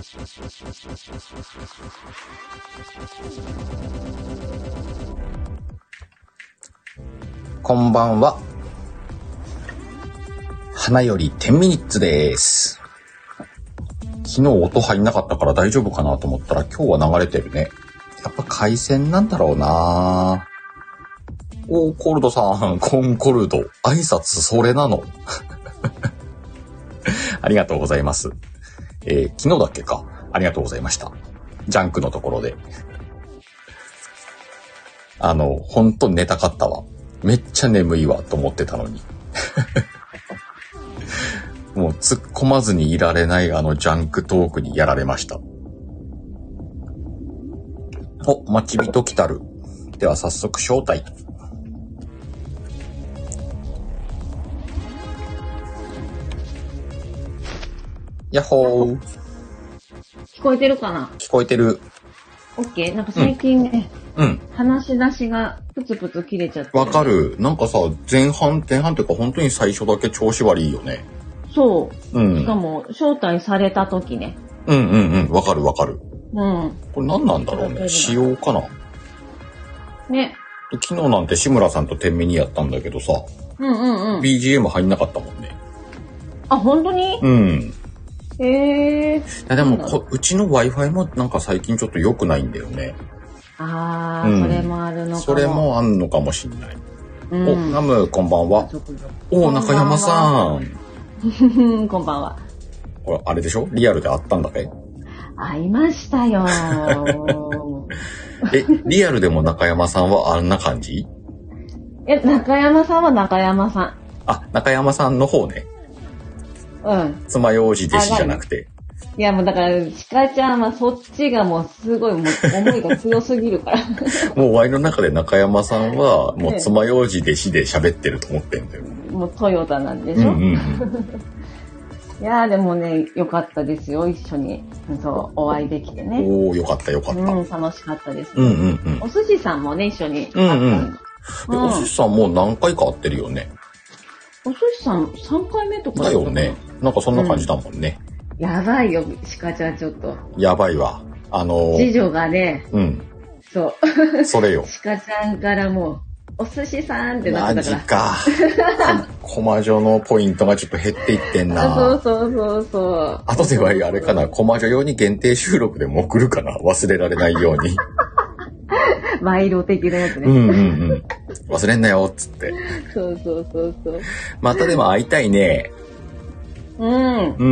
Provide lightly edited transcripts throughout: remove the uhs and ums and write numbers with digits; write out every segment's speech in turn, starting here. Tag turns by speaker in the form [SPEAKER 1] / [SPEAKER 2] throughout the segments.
[SPEAKER 1] こんばんは。花より10ミニッツです。昨日音入んなかったから大丈夫かなと思ったら今日は流れてるね。やっぱ回線なんだろうな。おー、コルドさん、コンコルド。挨拶それなのありがとうございます。昨日だっけか。ありがとうございました。ジャンクのところで。ほんと寝たかったわ。めっちゃ眠いわと思ってたのに。もう突っ込まずにいられないジャンクトークにやられました。お、待ち人来たる。では早速招待。やっほー。
[SPEAKER 2] 聞こえてるかな？
[SPEAKER 1] 聞こえてる。
[SPEAKER 2] オッケー。なんか最近ね、
[SPEAKER 1] うん。
[SPEAKER 2] 話し出しがプツプツ切れちゃって。
[SPEAKER 1] わかる。なんかさ、前半っていうか本当に最初だけ調子悪いよね。
[SPEAKER 2] そう。
[SPEAKER 1] うん。
[SPEAKER 2] しかも、招待された時ね。
[SPEAKER 1] うんうんうん。わかるわかる。
[SPEAKER 2] うん。
[SPEAKER 1] これ何なんだろうね。仕様かな。
[SPEAKER 2] ね。
[SPEAKER 1] 昨日なんて志村さんと天秤にやったんだけどさ。
[SPEAKER 2] うんうんうん。
[SPEAKER 1] BGM 入んなかったもんね。
[SPEAKER 2] あ、本当に？
[SPEAKER 1] うん。
[SPEAKER 2] い
[SPEAKER 1] やでもうちの Wi-Fi もなんか最近ちょっと良くないんだよね。
[SPEAKER 2] ああ、それもあるのかも。
[SPEAKER 1] それもあんのかもしんない。
[SPEAKER 2] うん、
[SPEAKER 1] お、ナムこんばんは。お、中山さん。
[SPEAKER 2] こんばんは。
[SPEAKER 1] これあれでしょ？リアルで会ったんだべ？
[SPEAKER 2] 会いましたよ。
[SPEAKER 1] リアルでも中山さんはあんな感じ？
[SPEAKER 2] 中山さんは中山さん。
[SPEAKER 1] あ、中山さんの方ね。
[SPEAKER 2] うん。
[SPEAKER 1] 爪楊枝弟子じゃなくて。
[SPEAKER 2] いやもうだから、ちかちゃんはそっちがもうすごいもう思いが強すぎるから。
[SPEAKER 1] もうワイの中で中山さんはもう爪楊枝弟子で喋ってると思ってんだよ。
[SPEAKER 2] もうトヨタなんでしょ、うんうんうん、いやでもね、良かったですよ。一緒にそうお会いできてね。
[SPEAKER 1] おー、よかったよかった。
[SPEAKER 2] うん、楽しかったです、
[SPEAKER 1] ね。うんうんうん。
[SPEAKER 2] お寿司さんもね、一緒に会ったんだ。
[SPEAKER 1] お寿司さんもう何回か会ってるよね。
[SPEAKER 2] お寿司さん3回目とか
[SPEAKER 1] だよね。なんかそんな感じだもんね。
[SPEAKER 2] やばいよ、鹿ちゃんちょっと。
[SPEAKER 1] やばいわ。
[SPEAKER 2] 次女がね、
[SPEAKER 1] うん。
[SPEAKER 2] そう。
[SPEAKER 1] それよ。
[SPEAKER 2] 鹿ちゃんからもう、お寿司さんってなってたから。
[SPEAKER 1] マジか。コマ女のポイントがちょっと減っていってんな。
[SPEAKER 2] そう。
[SPEAKER 1] あとではあれかな、コマ女用に限定収録でも送るかな。忘れられないように。
[SPEAKER 2] 賄賂的なやつね。
[SPEAKER 1] うんうんうん。忘れんなよ、っつって。
[SPEAKER 2] そう。
[SPEAKER 1] またでも会いたいね。
[SPEAKER 2] うん。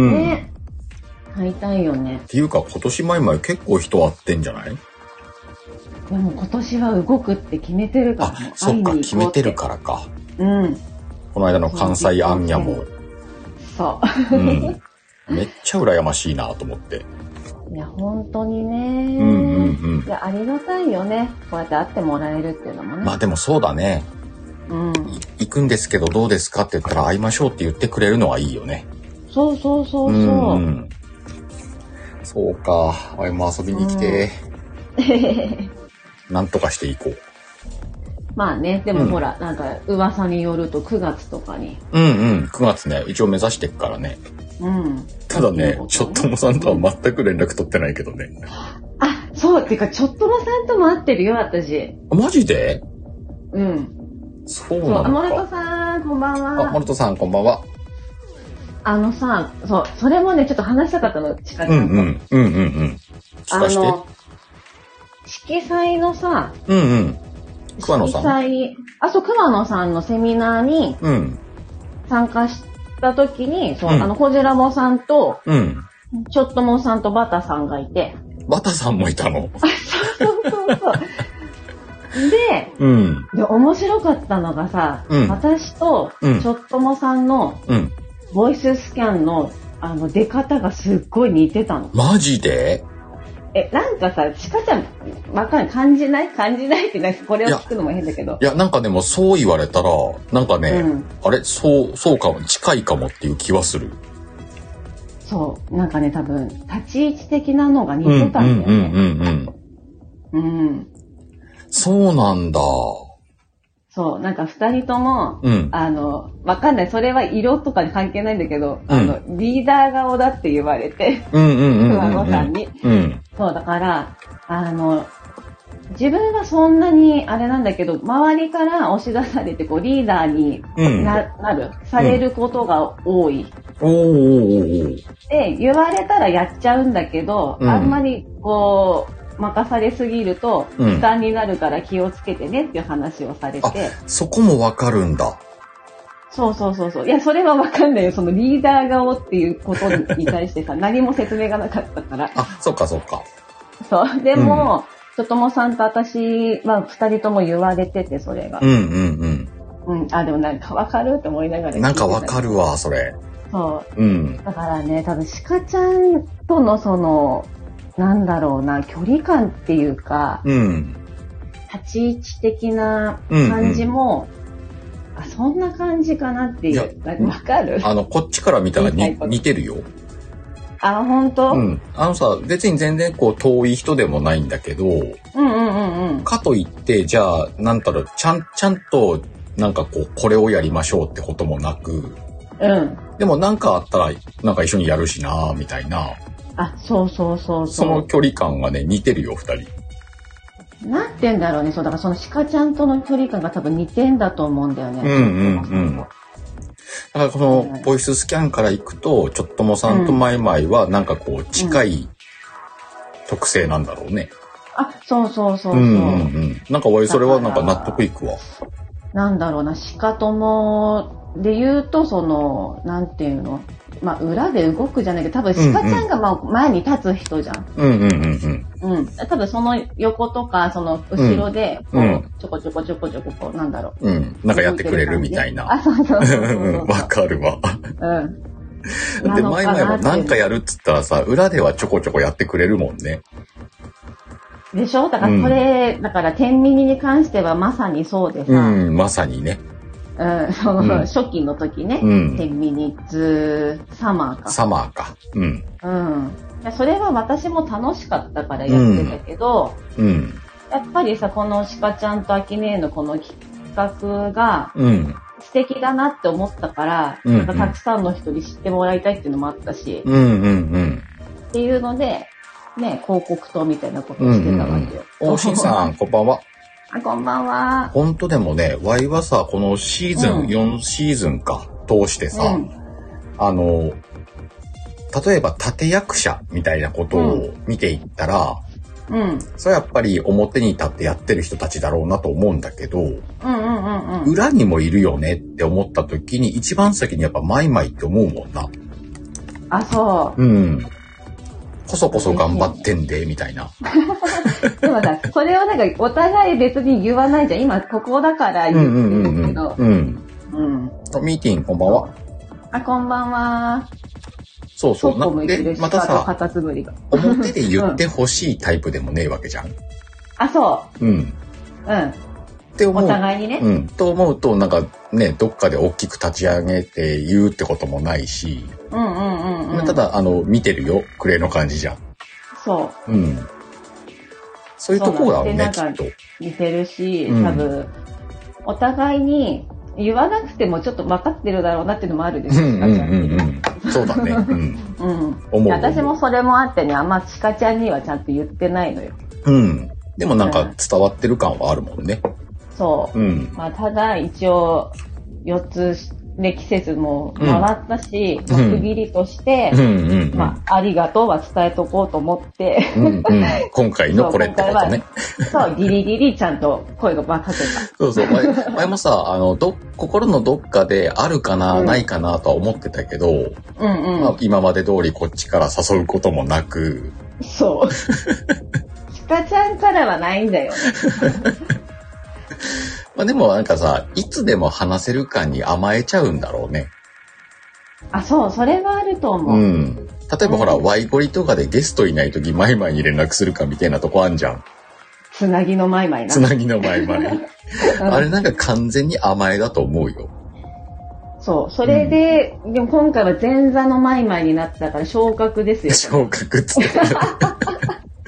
[SPEAKER 2] ね。会いたいよね。
[SPEAKER 1] っていうか今年前結構人会ってんじゃない？
[SPEAKER 2] でも今年は動くって決めてるから。
[SPEAKER 1] あ、そっか、決めてるからか。
[SPEAKER 2] うん。
[SPEAKER 1] この間の関西アンニャも。
[SPEAKER 2] そう。
[SPEAKER 1] うん。めっちゃ羨ましいなと思って。
[SPEAKER 2] いや、本当にね。いや、ありがたいよね。こうやって会ってもらえるっていうのもね。
[SPEAKER 1] まあでもそうだね。うん。行くんですけどどうですかって言ったら会いましょうって言ってくれるのはいいよね。
[SPEAKER 2] そう。
[SPEAKER 1] そうか。おいも遊びに来て。なんとかしていこう。
[SPEAKER 2] まあね、でもほら、なんか噂によると9月とかに。
[SPEAKER 1] 9月ね、一応目指してっからね。
[SPEAKER 2] うん。
[SPEAKER 1] ただね、ちょっともさんとは全く連絡取ってないけどね。
[SPEAKER 2] あ、そう、っていうか、ちょっともさんとも会ってるよ、私。
[SPEAKER 1] マジで？
[SPEAKER 2] うん。
[SPEAKER 1] そうなのか。
[SPEAKER 2] モルトさん、こんばんは。
[SPEAKER 1] モルトさん、こんばんは。
[SPEAKER 2] それもね、ちょっと話したかったの、ちかちゃんと。
[SPEAKER 1] 聞かして。
[SPEAKER 2] 色彩のさ、
[SPEAKER 1] 桑野さん。
[SPEAKER 2] 桑野さんのセミナーに参加した時に、コジラボさんと、ちょっともさんとバタさんがいて。
[SPEAKER 1] バタさんもいたの？
[SPEAKER 2] そう。で、面白かったのがさ、私とちょっともさんのボイススキャンの出方がすっごい似てたの。
[SPEAKER 1] マジで？
[SPEAKER 2] なんかさ、ちかちゃん、わかんない。感じないってなんかこれを聞くのも変だけど。
[SPEAKER 1] いや、なんかでもそう言われたら、なんかね、あれ、そうかも、近いかもっていう気はする。
[SPEAKER 2] そう、なんかね、多分、立ち位置的なのが似てたんだよね。
[SPEAKER 1] そうなんだ。
[SPEAKER 2] そう、なんか二人とも、わかんない。それは色とかに関係ないんだけど、リーダー顔だって言われて、熊野さんに。そう、だから、自分はそんなにあれなんだけど、周りから押し出されて、こう、リーダーにされることが多い。で、言われたらやっちゃうんだけど、あんまり、こう、任されすぎると負担になるから気をつけてねっていう話をされて、
[SPEAKER 1] そこもわかるんだ。
[SPEAKER 2] そう。いや、それはわかんないよ。そのリーダー顔っていうことに対してさ、何も説明がなかったから。
[SPEAKER 1] そっか。そう。
[SPEAKER 2] でも、とともさんと私は二人とも言われてて、それが。でもなんかわかるって思いながら。
[SPEAKER 1] なんかわかるわ、それ。
[SPEAKER 2] そう。だからね、多分、鹿ちゃんとのその、なんだろうな、距離感っていうか、立ち位置的な感じも、そんな感じかなっていう。わかる？
[SPEAKER 1] こっちから見たら似てるよ。
[SPEAKER 2] 本当？
[SPEAKER 1] さ、別に全然こう遠い人でもないんだけど、かといって、じゃあ、なんだろう、ちゃんと、なんかこう、これをやりましょうってこともなく、でもなんかあったら、なんか一緒にやるしな、みたいな。
[SPEAKER 2] そう。
[SPEAKER 1] その距離感がね、似てるよ、二人。
[SPEAKER 2] なんて言うんだろうね。そう、だからその鹿ちゃんとの距離感が多分似てんだと思うんだよね。
[SPEAKER 1] だからこのボイススキャンからいくと、ちょっともさんとマイマイはなんかこう近い特性なんだろうね。
[SPEAKER 2] そう。
[SPEAKER 1] なんかそれはなんか納得いくわ。
[SPEAKER 2] なんだろうな、鹿友で言うと、その、なんていうの、裏で動くじゃないけど、多分鹿ちゃんが前に立つ人じゃん。多分その横とか、その後ろで、ちょこちょこ、なんだろう。
[SPEAKER 1] なんかやってくれるみたいな。
[SPEAKER 2] そう。
[SPEAKER 1] わかるわ。で、マイマイもなんかやるっつったらさ、裏ではちょこちょこやってくれるもんね。
[SPEAKER 2] でしょ？だからこれ、だから天秤に関してはまさにそうでさ。
[SPEAKER 1] まさにね。
[SPEAKER 2] その初期の時ね、10ミニッツサマーか。それは私も楽しかったからやってたけど、やっぱりさ、この鹿ちゃんとアキネーのこの企画が素敵だなって思ったから、なんかたくさんの人に知ってもらいたいっていうのもあったし、っていうので、ね、広告塔みたいなことをしてたわけよ。
[SPEAKER 1] しんさん、こんばんは。
[SPEAKER 2] こんばんは。
[SPEAKER 1] 本当でもね、ワイはさ、このシーズン、4シーズンか、通してさ、例えば立役者みたいなことを見ていったら、それはやっぱり表に立ってやってる人たちだろうなと思うんだけど、裏にもいるよねって思った時に、一番先にやっぱマイマイって思うもんな。
[SPEAKER 2] そう。
[SPEAKER 1] こそこそ頑張ってんで、みたいな。
[SPEAKER 2] でもさ、それをなんかお互い別に言わないじゃん。今ここだから言ってるけど。
[SPEAKER 1] ミーティン、こんばんは。
[SPEAKER 2] こんばんは。
[SPEAKER 1] そう。で、またさ、表で言ってほしいタイプでもねえわけじゃん。
[SPEAKER 2] そう。って
[SPEAKER 1] 思う。
[SPEAKER 2] お互いにね。
[SPEAKER 1] と思うと、なんかね、どっかで大きく立ち上げて言うってこともないし、ただ、見てるよ、クレの感じじゃん。
[SPEAKER 2] そう。
[SPEAKER 1] そういうところだろうね、きっと。
[SPEAKER 2] 似てるし、多分、お互いに言わなくてもちょっと分かってるだろうなっていうのもあるでしょ、
[SPEAKER 1] そうだね。
[SPEAKER 2] 私もそれもあってね、あんま鹿ちゃんにはちゃんと言ってないのよ。
[SPEAKER 1] でもなんか伝わってる感はあるもんね。
[SPEAKER 2] そう。ただ一応4つね、季節も回ったし、区切りとして、ありがとうは伝えとこうと思って、
[SPEAKER 1] 今回のこれってことね。
[SPEAKER 2] そう、ギリギリちゃんと声がかけた。
[SPEAKER 1] そう。前もさ、心のどっかであるかな、ないかなとは思ってたけど、今まで通りこっちから誘うこともなく。
[SPEAKER 2] そう。鹿ちゃんからはないんだよね。
[SPEAKER 1] でもなんかさ、いつでも話せる感に甘えちゃうんだろうね。
[SPEAKER 2] そう、それはあると思う。
[SPEAKER 1] 例えばほら、ワイゴリとかでゲストいないとき、マイマイに連絡するかみたいなとこあんじゃん。
[SPEAKER 2] つなぎのマイマイな。
[SPEAKER 1] つなぎのマイマイ。あれなんか完全に甘えだと思うよ。
[SPEAKER 2] そう、それで、でも今回は前座のマイマイになったから昇格ですよ。
[SPEAKER 1] 昇格っつって。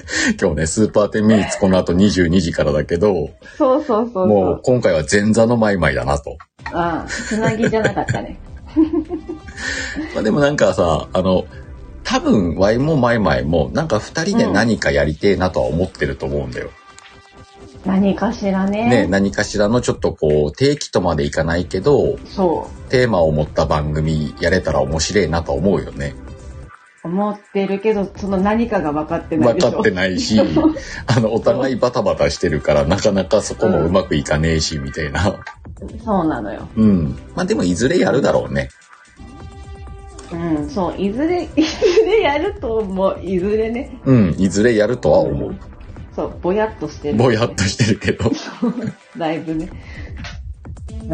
[SPEAKER 1] 今日ね、スーパー10ミニッツこの後22時からだけど、
[SPEAKER 2] そうそうそう。
[SPEAKER 1] もう今回は前座のマイマイだなと。
[SPEAKER 2] ああ、つなぎじゃなかったね。
[SPEAKER 1] まあでもなんかさ、多分ワイもマイマイもなんか2人で何かやりてえなとは思ってると思うんだよ。
[SPEAKER 2] 何かしらね。
[SPEAKER 1] ね、何かしらのちょっとこう定期とまでいかないけど、
[SPEAKER 2] そう
[SPEAKER 1] テーマを持った番組やれたら面白いなと思うよね。
[SPEAKER 2] 思ってるけど、その何かが分かってないでしょ。
[SPEAKER 1] 分かってないし、お互いバタバタしてるからなかなかそこもうまくいかねえし、みたいな。
[SPEAKER 2] そうなのよ。
[SPEAKER 1] うん。まあでもいずれやるだろうね。
[SPEAKER 2] うん、そう、いずれやると思う。いずれね。
[SPEAKER 1] うん、いずれやるとは思う。
[SPEAKER 2] そう、ぼやっとしてる、
[SPEAKER 1] ね。ぼやっとしてるけど。
[SPEAKER 2] だいぶね。うん。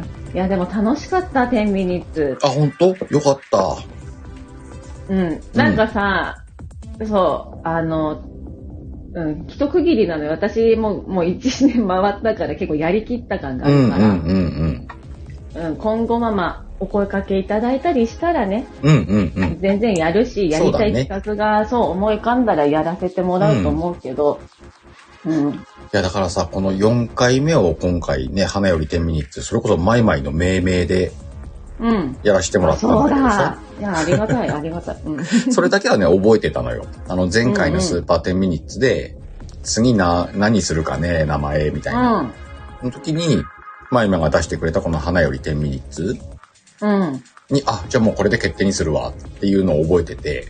[SPEAKER 2] いや、でも楽しかった、10ミニッツ。
[SPEAKER 1] あ、本当？よかった。
[SPEAKER 2] うん。なんかさ、そう、一区切りなのよ。私もう1年回ったから結構やりきった感があるから。今後お声かけいただいたりしたらね、全然やるし、やりたい企画がそう思い浮かんだらやらせてもらうと思うけど、い
[SPEAKER 1] やだからさ、この4回目を今回ね、花より10ミニッツ、それこそマイマイの命名でやらせてもらったんだけどさ。
[SPEAKER 2] いや、ありがたい、ありがたい。
[SPEAKER 1] それだけはね、覚えてたのよ。前回のスーパー10ミニッツで、次何するかね、名前、みたいな。その時に、マイマイが出してくれたこの花より10ミニッツに、じゃあもうこれで決定にするわっていうのを覚えてて。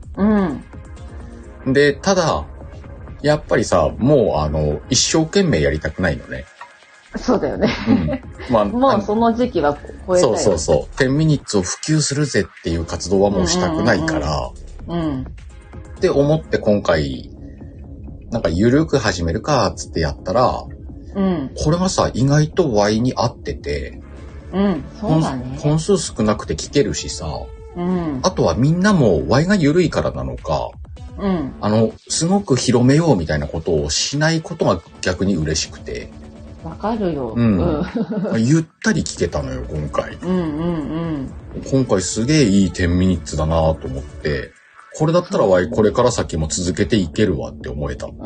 [SPEAKER 1] で、ただ、やっぱりさ、もう一生懸命やりたくないのね。
[SPEAKER 2] そうだよね。まあ、もうその時期は超えたよ。
[SPEAKER 1] そう。10ミニッツを普及するぜっていう活動はもうしたくないから、って思って今回、なんかゆるく始めるかっつってやったら、これがさ、意外と Y に合ってて、
[SPEAKER 2] そうだね。
[SPEAKER 1] 本数少なくて聞けるしさ、あとはみんなも Y が緩いからなのか、すごく広めようみたいなことをしないことが逆に嬉しくて。
[SPEAKER 2] わかるよ。
[SPEAKER 1] ゆったり聞けたのよ、今回。今回すげえいい10ミニッツだなと思って、これだったら Y これから先も続けていけるわって思えた。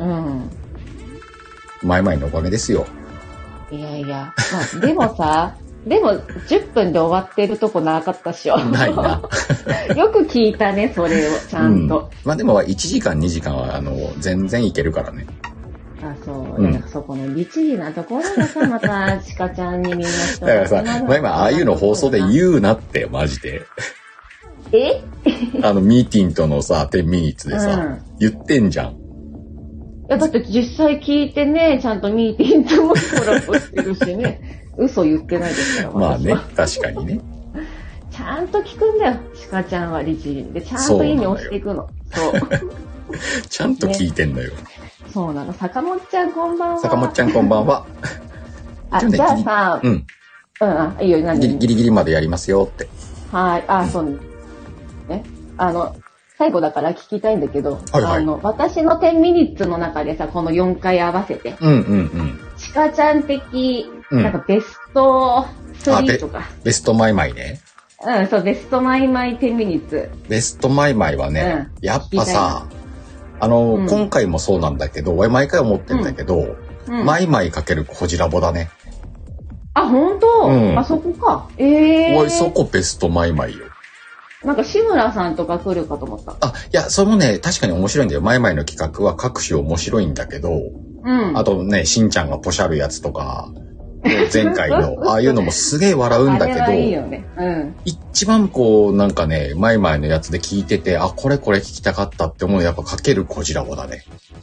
[SPEAKER 1] マイマイのおかげですよ。
[SPEAKER 2] いやいや、まあ、でもさ、10分で終わってるとこなかったっしょ。
[SPEAKER 1] ないな。
[SPEAKER 2] よく聞いたね、それを、ちゃんと。
[SPEAKER 1] まあでも1時間、2時間は、全然いけるからね。
[SPEAKER 2] あ、そう。だからそこの律儀なところがさ、また、ちかちゃんにみんな人
[SPEAKER 1] だからさ、今、ああいうの放送で言うなって、マジで。
[SPEAKER 2] え
[SPEAKER 1] ミーティングとのさ、10ミニッツでさ、言ってんじゃん。
[SPEAKER 2] いや、だって実際聞いてね、ちゃんとミーティングともコラボしてるしね。嘘言ってないですから。
[SPEAKER 1] まあね、確かにね。
[SPEAKER 2] ちゃんと聞くんだよ、ちかちゃんは律儀で。ちゃんといいね押していくの。そう。
[SPEAKER 1] ちゃんと聞いてんだよ。
[SPEAKER 2] そうなの。坂本ちゃんこんばんは。
[SPEAKER 1] 坂本ちゃんこんばんは。
[SPEAKER 2] じゃあさ、いいよ、何
[SPEAKER 1] ギリギリまでやりますよって。
[SPEAKER 2] はい、そうね。最後だから聞きたいんだけど、私の10ミニッツの中でさ、この4回合わせて、ちかちゃん的、なんかベスト3とか。
[SPEAKER 1] ベストマイマイね。
[SPEAKER 2] そう、ベストマイマイ10ミニッツ。
[SPEAKER 1] ベストマイマイはね、やっぱさ、今回もそうなんだけど、毎回思ってんだけど、マイマイかけるコジラボだね。
[SPEAKER 2] あ、ほんと？あそこか。
[SPEAKER 1] そこベストマイマイよ。
[SPEAKER 2] なんか志村さんとか来るかと思った。
[SPEAKER 1] いや、それもね、確かに面白いんだよ。マイマイの企画は各種面白いんだけど、あとね、しんちゃんがポシャるやつとか、前回の、ああいうのもすげえ笑うんだけど、
[SPEAKER 2] いいよね。
[SPEAKER 1] 一番こう、なんかね、マイマイのやつで聞いてて、これ聞きたかったって思うのやっぱかけるコジラボだね。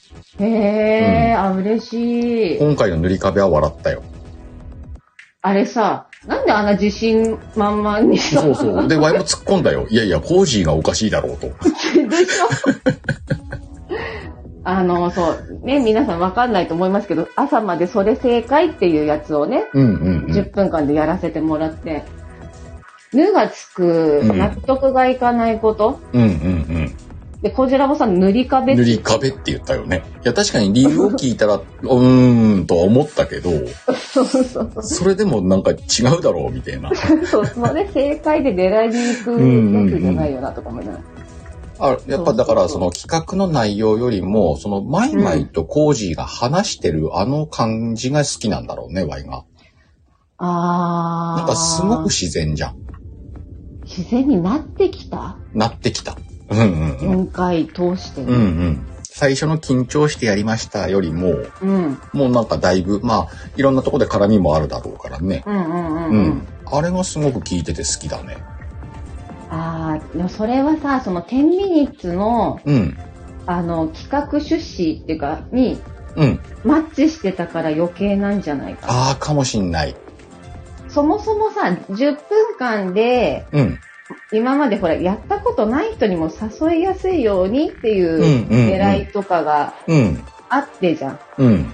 [SPEAKER 2] 嬉しい。
[SPEAKER 1] 今回の塗り壁は笑ったよ。
[SPEAKER 2] あれさ、なんであんな自信満々にさ。
[SPEAKER 1] そう。で、ワイも突っ込んだよ。いや、コージーがおかしいだろうと。
[SPEAKER 2] でしょそうね、皆さんわかんないと思いますけど、朝までそれ正解っていうやつをね、10分間でやらせてもらって、ぬがつく、納得がいかないこと。で、こじらぼさん、塗り壁って
[SPEAKER 1] 言ったよね。いや、確かに理由を聞いたら、とは思ったけど、それでもなんか違うだろう、みたいな。
[SPEAKER 2] そう、それ正解で狙いに行くやつじゃないよな、とか思いながら。
[SPEAKER 1] やっぱだからその企画の内容よりも、そのマイマイとコージーが話してるあの感じが好きなんだろうね、ワイが。なんかすごく自然じゃん。
[SPEAKER 2] 自然になってきた。
[SPEAKER 1] 4
[SPEAKER 2] 回通して
[SPEAKER 1] ね。最初の緊張してやりましたよりも、もうなんかだいぶ、まあ、いろんなとこで絡みもあるだろうからね。あれがすごく聞いてて好きだね。
[SPEAKER 2] でもそれはさ、その10ミニッツの、企画趣旨っていうか、に、マッチしてたから余計なんじゃないかな。
[SPEAKER 1] かもしんない。
[SPEAKER 2] そもそもさ、10分間で、今までほら、やったことない人にも誘いやすいようにっていう狙いとかがあってじゃん。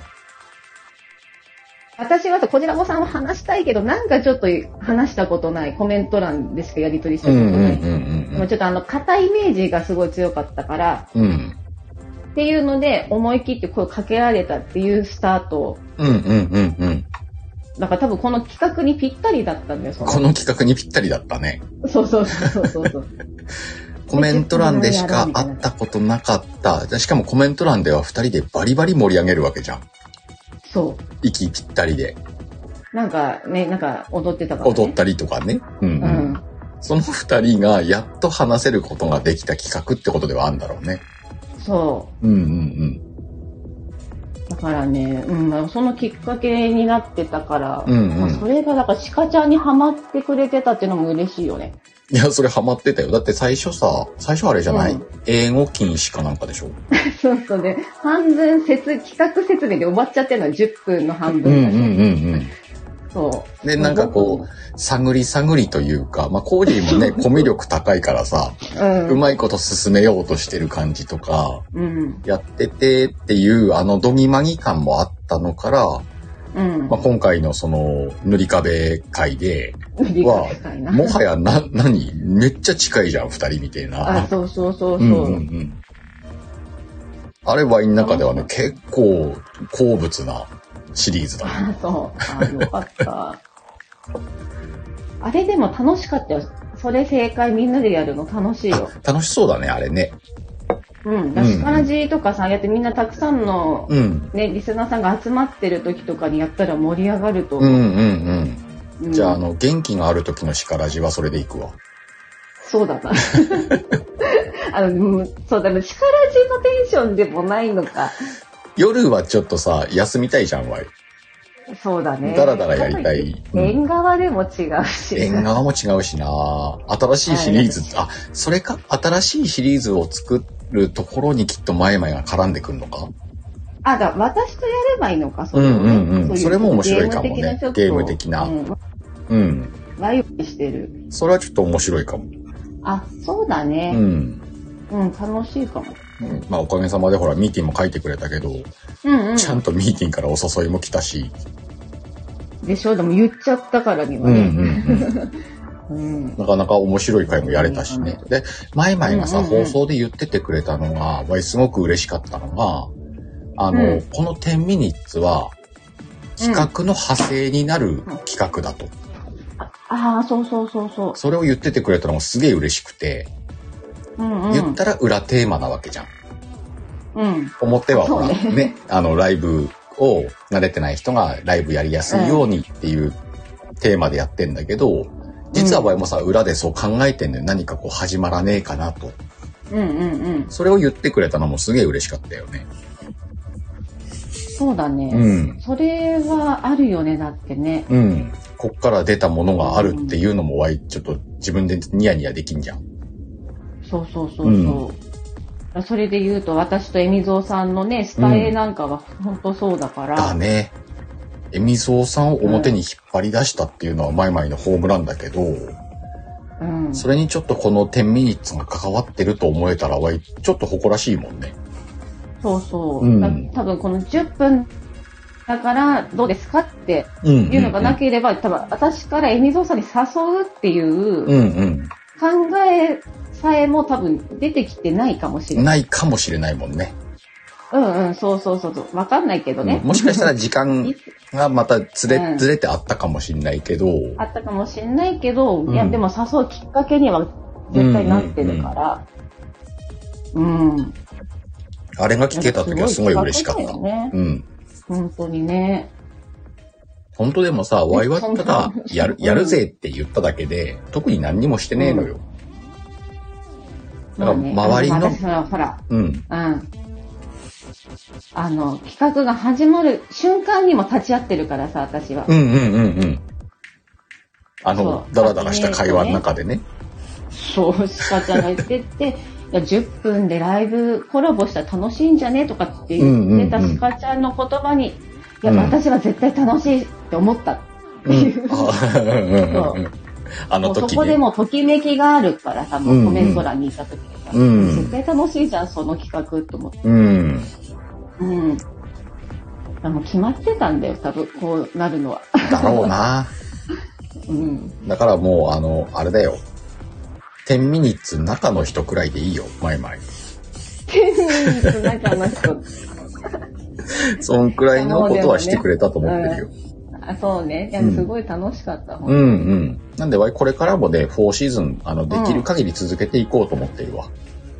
[SPEAKER 2] 私はこじらぼさんは話したいけど、なんかちょっと話したことない、コメント欄でしかやり取りしたことない。ちょっと硬いイメージがすごい強かったから、っていうので、思い切って声かけられたっていうスタート。だから多分この企画にぴったりだったんだよ、
[SPEAKER 1] この企画にぴったりだったね。
[SPEAKER 2] そう。
[SPEAKER 1] コメント欄でしか会ったことなかった。しかもコメント欄では2人でバリバリ盛り上げるわけじゃん。
[SPEAKER 2] そう。
[SPEAKER 1] 息ぴったりで。
[SPEAKER 2] なんか踊ってたからね。
[SPEAKER 1] 踊ったりとかね。その2人がやっと話せることができた企画ってことではあるんだろうね。
[SPEAKER 2] そう。だからね、そのきっかけになってたから、それがだから鹿ちゃんにハマってくれてたっていうのも嬉しいよね。
[SPEAKER 1] いや、それハマってたよ。だって最初あれじゃない、英語禁止かなんかでしょ。
[SPEAKER 2] そうね。半分企画説明で終わっちゃってるのは10分の半分だし。そう。
[SPEAKER 1] で、なんかこう、探りというか、まあ、コージーもね、コミュ力高いからさ、うまいこと進めようとしてる感じとか、やっててっていう、ドギマギ感もあったのから、まあ、今回のその、塗り壁会では、もはやめっちゃ近いじゃん、二人みたいな。
[SPEAKER 2] そう。
[SPEAKER 1] あれワインの中ではね、結構好物なシリーズだね。
[SPEAKER 2] よかった。あれでも楽しかったよ。それ正解みんなでやるの楽しいよ。
[SPEAKER 1] 楽しそうだね、あれね。
[SPEAKER 2] シカラジとかさ、やってみんなたくさんの、リスナーさんが集まってる時とかにやったら盛り上がると思う。
[SPEAKER 1] じゃあ、元気がある時のシカラジはそれでいくわ。
[SPEAKER 2] そうだな。そうだね。シカラジのテンションでもないのか。
[SPEAKER 1] 夜はちょっとさ、休みたいじゃん、ワイ。
[SPEAKER 2] そうだね。
[SPEAKER 1] だらだらやりたい。
[SPEAKER 2] 縁側でも違うし。
[SPEAKER 1] 縁側も違うしな。新しいシリーズ、それか、新しいシリーズを作るところにきっとマイマイが絡んでくるのか。
[SPEAKER 2] 私とやればいいのか、
[SPEAKER 1] それも面白いかもね。ゲーム的な。
[SPEAKER 2] ワイワイしてる。
[SPEAKER 1] それはちょっと面白いかも。
[SPEAKER 2] そうだね。楽しいかも。
[SPEAKER 1] まあおかげさまでほらミーティンも書いてくれたけど、ちゃんとミーティンからお誘いも来たし。
[SPEAKER 2] でしょ、でも言っちゃったからにはね。
[SPEAKER 1] なかなか面白い回もやれたしね。で、マイマイがさ、放送で言っててくれたのが、すごく嬉しかったのが、この10ミニッツは、企画の派生になる企画だと。
[SPEAKER 2] そう。
[SPEAKER 1] それを言っててくれたのがすげえ嬉しくて、言ったら裏テーマなわけじゃん。表はほら、ね、ライブを慣れてない人がライブやりやすいようにっていうテーマでやってんだけど、実は場合もさ、裏でそう考えてんねん。何かこう始まらねえかなと。それを言ってくれたのもすげえ嬉しかったよね。
[SPEAKER 2] そうだね。それはあるよね、だってね。
[SPEAKER 1] こっから出たものがあるっていうのもちょっと自分でニヤニヤできんじゃん。そう。
[SPEAKER 2] それで言うと、私とエミゾーさんのね、スタイなんかは本当そうだから。
[SPEAKER 1] だね。エミゾーさんを表に引っ張り出したっていうのはマイマイのホームランだけど、それにちょっとこの10ミニッツが関わってると思えたらちょっと誇らしいもんね。
[SPEAKER 2] そう。多分この10分だからどうですかっていうのがなければ、多分私からエミゾーさんに誘うっていう考えさえも多分出てきてないかもしれない。
[SPEAKER 1] ないかもしれないもんね。
[SPEAKER 2] そう。わかんないけどね。
[SPEAKER 1] もしかしたら時間がまたずれてあったかもしれないけど。い
[SPEAKER 2] や、でも誘うきっかけには絶対なってるから。 うん。
[SPEAKER 1] あれが聞けた時はすごい嬉しかった。
[SPEAKER 2] ね、うん。本当にね。
[SPEAKER 1] 本当でもさ、ワイワったらやるぜって言っただけで、特に何にもしてねえのよ。だから周りの、
[SPEAKER 2] 私はほら、うん。企画が始まる瞬間にも立ち会ってるからさ、私は。
[SPEAKER 1] ダラダラした会話の中でね。
[SPEAKER 2] そう、シカちゃんが言ってて、いや、10分でライブコラボしたら楽しいんじゃねとかって言ってたシカちゃんの言葉に、いや、私は絶対楽しいって思ったっていう。そこでもときめきがあるからさ、もうコメント欄にいた時にさ、絶対楽しいじゃん、その企画と思って。でも決まってたんだよ、多分、こうなるのは。
[SPEAKER 1] だろうな。だからもう、あれだよ。10ミニッツ中の人くらいでいいよ、前々。10
[SPEAKER 2] ミニッツ中の人。
[SPEAKER 1] そんくらいのことはしてくれたと思ってるよ。
[SPEAKER 2] そうね。いや、すごい楽しかった。
[SPEAKER 1] なんで、これからもね、4シーズン、できる限り続けていこうと思っているわ。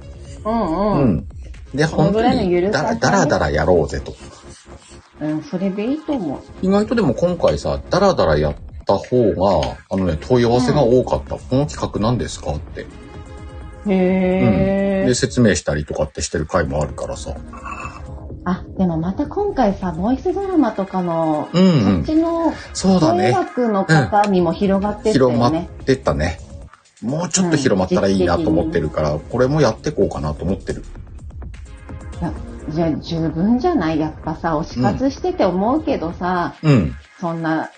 [SPEAKER 1] で、本当に、だらだらやろうぜと。
[SPEAKER 2] それでいいと思う。
[SPEAKER 1] 意外とでも今回さ、だらだらやった方が、問い合わせが多かった。この企画何ですかって。で、説明したりとかってしてる回もあるからさ。
[SPEAKER 2] でもまた今回さ、ボイスドラマとかの、そっちの、声楽の方にも広がってったよね。
[SPEAKER 1] 広まってったね。もうちょっと広まったらいいなと思ってるから、これもやってこうかなと思ってる。
[SPEAKER 2] じゃあ十分じゃない？やっぱさ、推し活してて思うけどさ、そんな、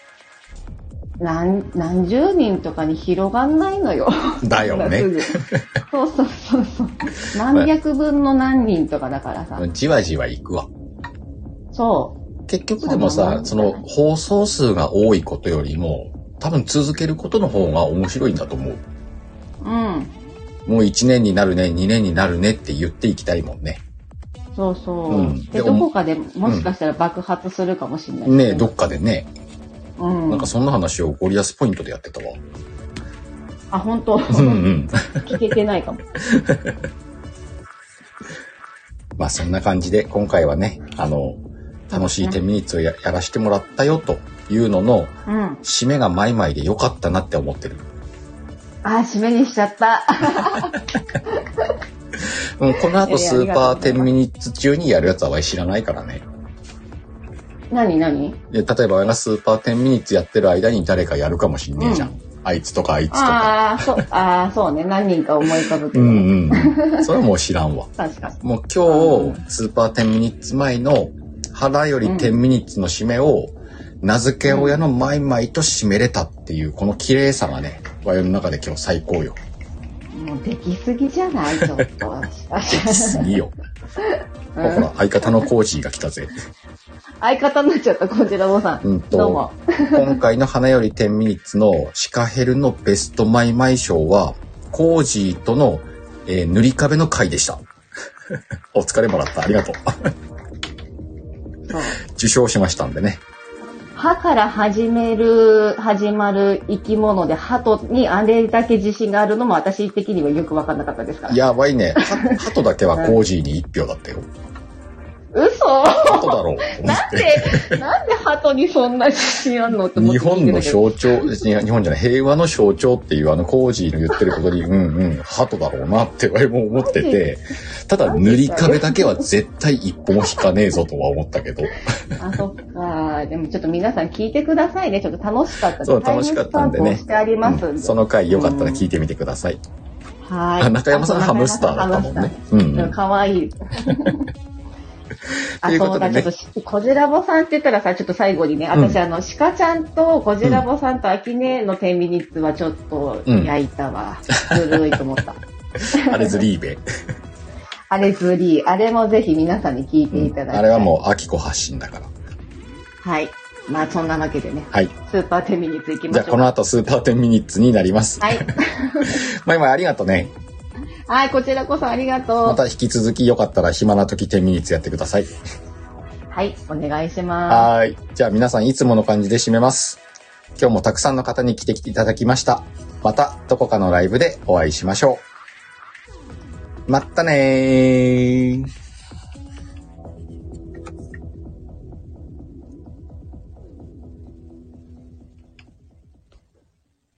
[SPEAKER 2] 何十人とかに広がんないのよ。
[SPEAKER 1] だよね。
[SPEAKER 2] そう。何百分の何人とかだからさ。
[SPEAKER 1] じわじわいくわ。
[SPEAKER 2] そう。
[SPEAKER 1] 結局でもさ、その放送数が多いことよりも、多分続けることの方が面白いんだと思う。もう1年になるね、2年になるねって言っていきたいもんね。
[SPEAKER 2] そう。で、どこかでもしかしたら爆発するかもしれない
[SPEAKER 1] ね。どっかでね。なんかそんな話をゴリアスポイントでやってたわ。
[SPEAKER 2] 本当。聞けてないかも。
[SPEAKER 1] そんな感じで今回はね、楽しい10ミニッツをやらしてもらったよというのの、締めがマイマイで良かったなって思ってる。
[SPEAKER 2] 締めにしちゃった。
[SPEAKER 1] この後スーパー10ミニッツ中にやるやつは知らないからね。
[SPEAKER 2] 何
[SPEAKER 1] 例えば俺がスーパー10ミニッツやってる間に誰かやるかもしんねえじゃん。あいつとかあいつと
[SPEAKER 2] か。そうね。何人か思い浮かぶけど。
[SPEAKER 1] それはもう知らんわ。
[SPEAKER 2] 確かに。
[SPEAKER 1] もう今日、スーパー10ミニッツ前の腹より10ミニッツの締めを、名付け親のマイマイと締めれたっていう、この綺麗さがね、我々の中で今日最高よ。
[SPEAKER 2] もうできすぎじゃない？ちょっと。で
[SPEAKER 1] きすぎよ。ほら、相方のコージーが来たぜ。
[SPEAKER 2] 相方になっちゃった、こちらもさん。どうも。
[SPEAKER 1] 今回の花より10ミニッツのシカヘルのベストマイマイ賞は、コージーとの、塗り壁の回でした。お疲れもらった。ありがとう。受賞しましたんでね。
[SPEAKER 2] 歯から始まる生き物で鳩にあれだけ自信があるのも私的にはよく分かんなかったですから。
[SPEAKER 1] やばいね。鳩だけはコージーに1票だったよ。
[SPEAKER 2] 嘘？
[SPEAKER 1] 鳩だろう。
[SPEAKER 2] なんで鳩にそんな自信あんのって思って
[SPEAKER 1] 日本の象徴、日本じゃない、平和の象徴っていうコージーの言ってることに、鳩だろうなって俺も思ってて、ただ塗り壁だけは絶対一歩も引かねえぞとは思ったけど。
[SPEAKER 2] そっか。でもちょっと皆さん聞いてくださいね。ちょっと楽しかった。
[SPEAKER 1] そう、楽しかったんでね。
[SPEAKER 2] してありますんで。
[SPEAKER 1] その回よかったら聞いてみてください。
[SPEAKER 2] はい。
[SPEAKER 1] 中山さんハムスターだったもんね。
[SPEAKER 2] かわいい。そうだ、ちょっと、こじらぼさんって言ったらさ、ちょっと最後にね、私、シカちゃんとこじらぼさんとアキネの10ミニッツはちょっと焼いたわ。ずるいと思った。
[SPEAKER 1] あれずりーべ。
[SPEAKER 2] あれずりー。あれもぜひ皆さんに聞いていただいて。
[SPEAKER 1] あれはもう、アキコ発信だから。
[SPEAKER 2] はい。そんなわけでね。
[SPEAKER 1] はい。
[SPEAKER 2] スーパー10ミニッツいきましょう。
[SPEAKER 1] じゃあ、この後スーパー10ミニッツになります。
[SPEAKER 2] はい。
[SPEAKER 1] まいまいありがとうね。
[SPEAKER 2] はい、こちらこそありがとう。
[SPEAKER 1] また引き続きよかったら暇な時10ミニッツやってください。
[SPEAKER 2] はい、お願いします。
[SPEAKER 1] はい。じゃあ皆さんいつもの感じで締めます。今日もたくさんの方に来ていただきました。またどこかのライブでお会いしましょう。 まったねー。